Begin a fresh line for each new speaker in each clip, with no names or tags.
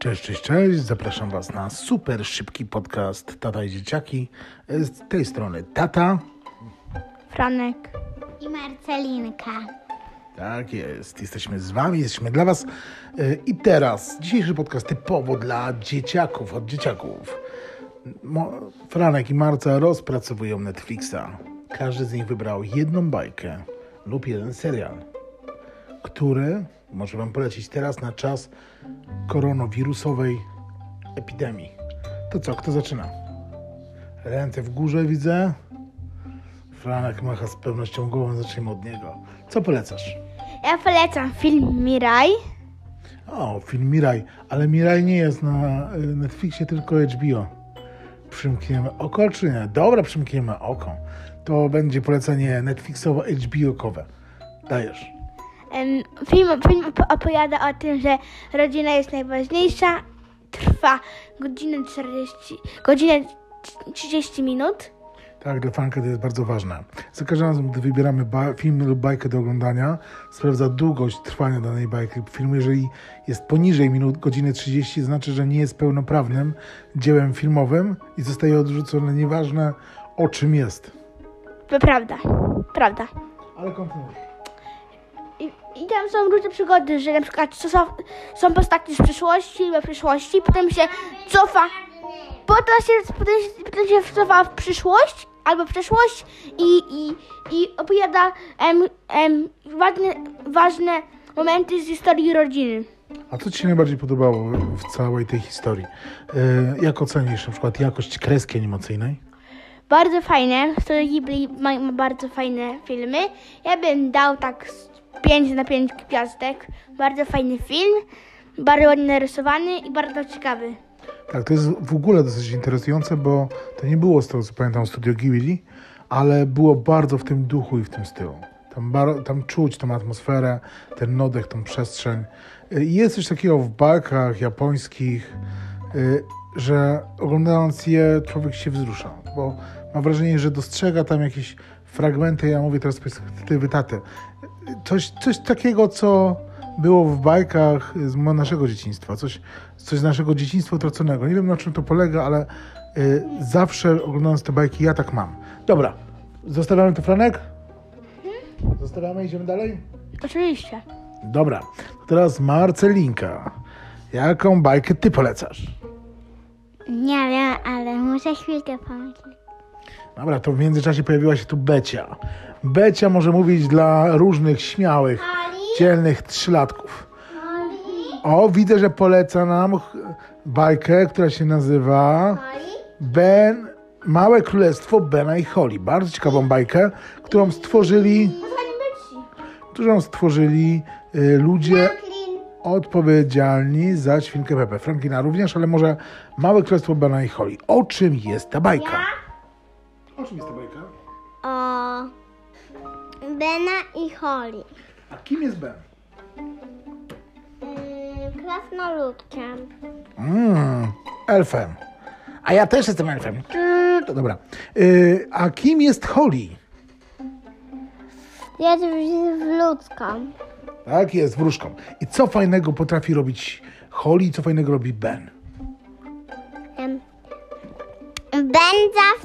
Cześć, cześć, cześć. Zapraszam Was na super szybki podcast Tata i Dzieciaki. Z tej strony Tata.
Franek
i Marcelinka.
Tak jest. Jesteśmy z Wami, jesteśmy dla Was. I teraz dzisiejszy podcast typowo dla dzieciaków, od dzieciaków. Franek i Marca rozpracowują Netflixa. Każdy z nich wybrał jedną bajkę lub jeden serial, który może Wam polecić teraz na czas koronawirusowej epidemii. To co, kto zaczyna? Ręce w górze widzę. Franek macha z pewnością głową, zacznijmy od niego. Co polecasz?
Ja polecam film Mirai.
O, film Mirai, ale Mirai nie jest na Netflixie, tylko HBO. Przymkniemy oko, czy nie? Dobra, przymkniemy oko. To będzie polecenie Netflixowo-HBO-kowe. Dajesz.
Film opowiada o tym, że rodzina jest najważniejsza. Trwa godzinę 30 minut.
Tak, dla Franka to jest bardzo ważne. Za każdym razem, gdy wybieramy film lub bajkę do oglądania, sprawdza długość trwania danej bajki lub filmu. Jeżeli jest poniżej godziny 30, znaczy, że nie jest pełnoprawnym dziełem filmowym i zostaje odrzucone, nieważne o czym jest.
To prawda.
Ale kontynuuj.
I tam są różne przygody, że na przykład są postaci z przyszłości, we przyszłości, potem się cofa, potem się cofa w przyszłość albo w przeszłość i opowiada ważne momenty z historii rodziny.
A co Ci się najbardziej podobało w całej tej historii? Jak ocenisz na przykład jakość kreski animacyjnej?
Bardzo fajne, Studio Ghibli ma bardzo fajne filmy. Ja bym dał tak 5 na 5 gwiazdek. Bardzo fajny film, bardzo ładnie narysowany i bardzo ciekawy.
Tak, to jest w ogóle dosyć interesujące, bo to nie było z tego, co pamiętam, Studio Ghibli, ale było bardzo w tym duchu i w tym stylu. Tam czuć tą atmosferę, ten oddech, tą przestrzeń. Jest coś takiego w bajkach japońskich, że oglądając je człowiek się wzrusza, bo ma wrażenie, że dostrzega tam jakieś fragmenty, ja mówię teraz z perspektywy taty, coś takiego, co było w bajkach z naszego dzieciństwa, coś z naszego dzieciństwa utraconego. Nie wiem, na czym to polega, ale zawsze oglądając te bajki ja tak mam. Dobra, zostawiamy to, Franek? Zostawiamy, idziemy dalej?
Oczywiście.
Dobra, to teraz Marcelinka. Jaką bajkę ty polecasz?
Nie wiem, ale muszę chwilkę pomyśleć.
Dobra, to w międzyczasie pojawiła się tu Becia. Becia może mówić dla różnych śmiałych, dzielnych trzylatków. O, widzę, że poleca nam bajkę, która się nazywa Małe Królestwo Bena i Holly. Bardzo ciekawą bajkę, którą stworzyli ludzie odpowiedzialni za Świnkę Pepę. Franklina również, ale może Małe Królestwo Bena i Holly. O czym jest ta bajka? O czym jest ta bajka?
O Bena i Holly.
A kim jest Ben?
Krasnoludkiem.
Elfem. A ja też jestem elfem. To dobra. A kim jest Holly?
Jest ludzką.
Tak, jest wróżką. I co fajnego potrafi robić Holly, co fajnego robi Ben?
Ben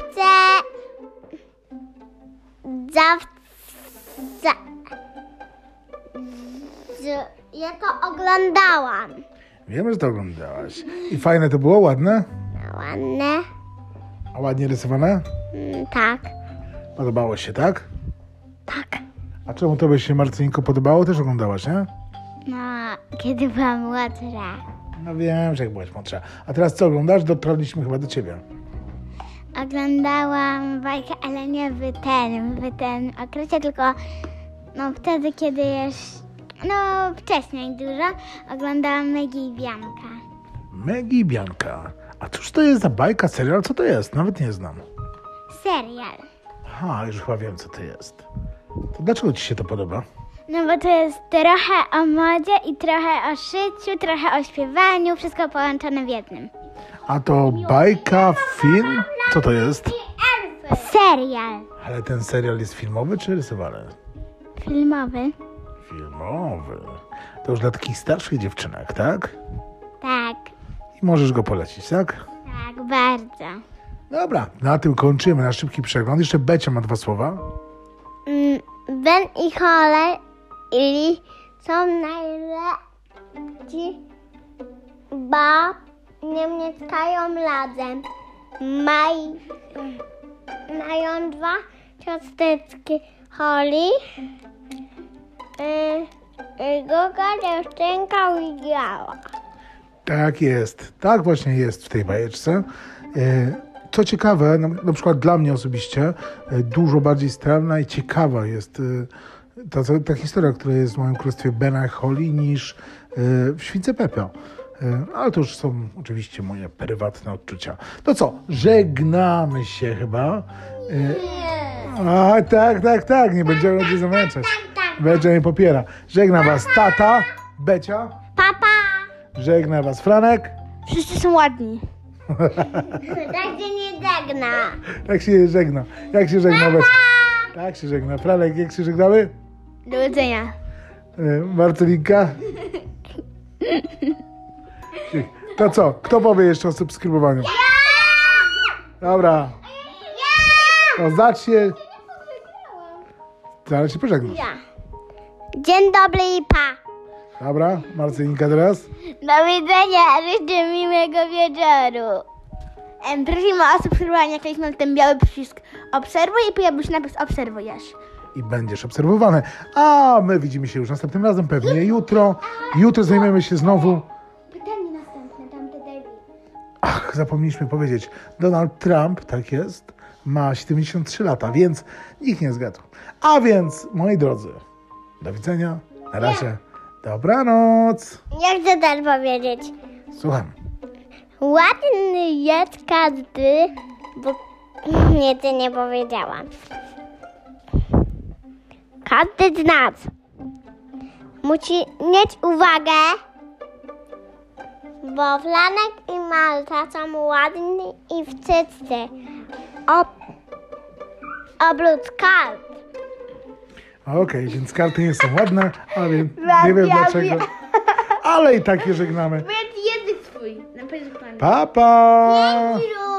ja to oglądałam.
Wiemy, że to oglądałaś. I fajne to było? Ładne?
Ładne.
A ładnie rysowane?
Tak.
Podobało się, tak?
Tak.
A czemu tobie się, Marcelinko, podobało? Też oglądałaś, nie?
No, kiedy byłam młodsza.
No wiem, że jak byłaś młodsza. A teraz co oglądasz? Dotarliśmy chyba do ciebie.
Oglądałam bajkę, ale nie w ten okresie, tylko wtedy, kiedy wcześniej dużo oglądałam Meggie i Bianka.
Meggie i Bianka. A cóż to jest za bajka, serial? Co to jest? Nawet nie znam.
Serial.
Aha, już chyba wiem, co to jest. To dlaczego ci się to podoba?
No bo to jest trochę o modzie i trochę o szyciu, trochę o śpiewaniu, wszystko połączone w jednym.
A to bajka, film? Co to jest?
Serial.
Ale ten serial jest filmowy czy rysowany?
Filmowy.
Filmowy. To już dla takich starszych dziewczynek, tak?
Tak.
i możesz go polecić, tak?
Tak, bardzo.
Dobra, na tym kończymy nasz szybki przegląd. Jeszcze Becia ma 2 słowa.
Ben i Holly są najlepsi, bo nie mieszkają razem. Mają 2 ciasteczki Holly. Druga dziewczynka widziała.
Tak jest. Tak właśnie jest w tej bajeczce. Co ciekawe, na przykład dla mnie osobiście, dużo bardziej strawna i ciekawa jest ta historia, która jest w moim królestwie Bena i Holly niż w Śwince Pepio. Ale to już są oczywiście moje prywatne odczucia. To co? Żegnamy się chyba. A, tak. Nie będziemy cię zamęczać. Becia nie popiera. Żegna was tata, Becia.
Papa!
Żegna was Franek.
Wszyscy są ładni.
Tak się nie żegna.
Jak się żegna? Jak się żegna Becia? Tak się żegna. Franek, jak się żegnamy?
Do widzenia.
Marcelinka? To co? Kto powie jeszcze o subskrybowaniu? Dobra. To zacznij. Zaraz się pożegnasz.
Dzień dobry i pa.
Dobra, Marcelinka teraz.
Do widzenia, życzę miłego wieczoru.
Prosimy o subskrybowanie, jak kliknąć ten biały przycisk obserwuj i pojawi się napis obserwujesz.
I będziesz obserwowany. A my widzimy się już następnym razem, pewnie jutro. Jutro zajmiemy się znowu...
Pytanie następne, tamte David.
Ach, zapomnieliśmy powiedzieć. Donald Trump, tak jest, ma 73 lata, więc nikt nie zgadł. A więc, moi drodzy, do widzenia. Na razie. Dobranoc.
Ja chcę też powiedzieć.
Słucham.
Ładny jest każdy, bo nic nie powiedziałam. Każdy z nas musi mieć uwagę, bo Flanek i Malta są ładni i wszyscy. Oprócz kart.
Okej, więc karty nie są ładne, ale nie wiem dlaczego. Ale i tak je żegnamy.
Język swój. Na pewno pan.
Pa, pa!
Dzięki.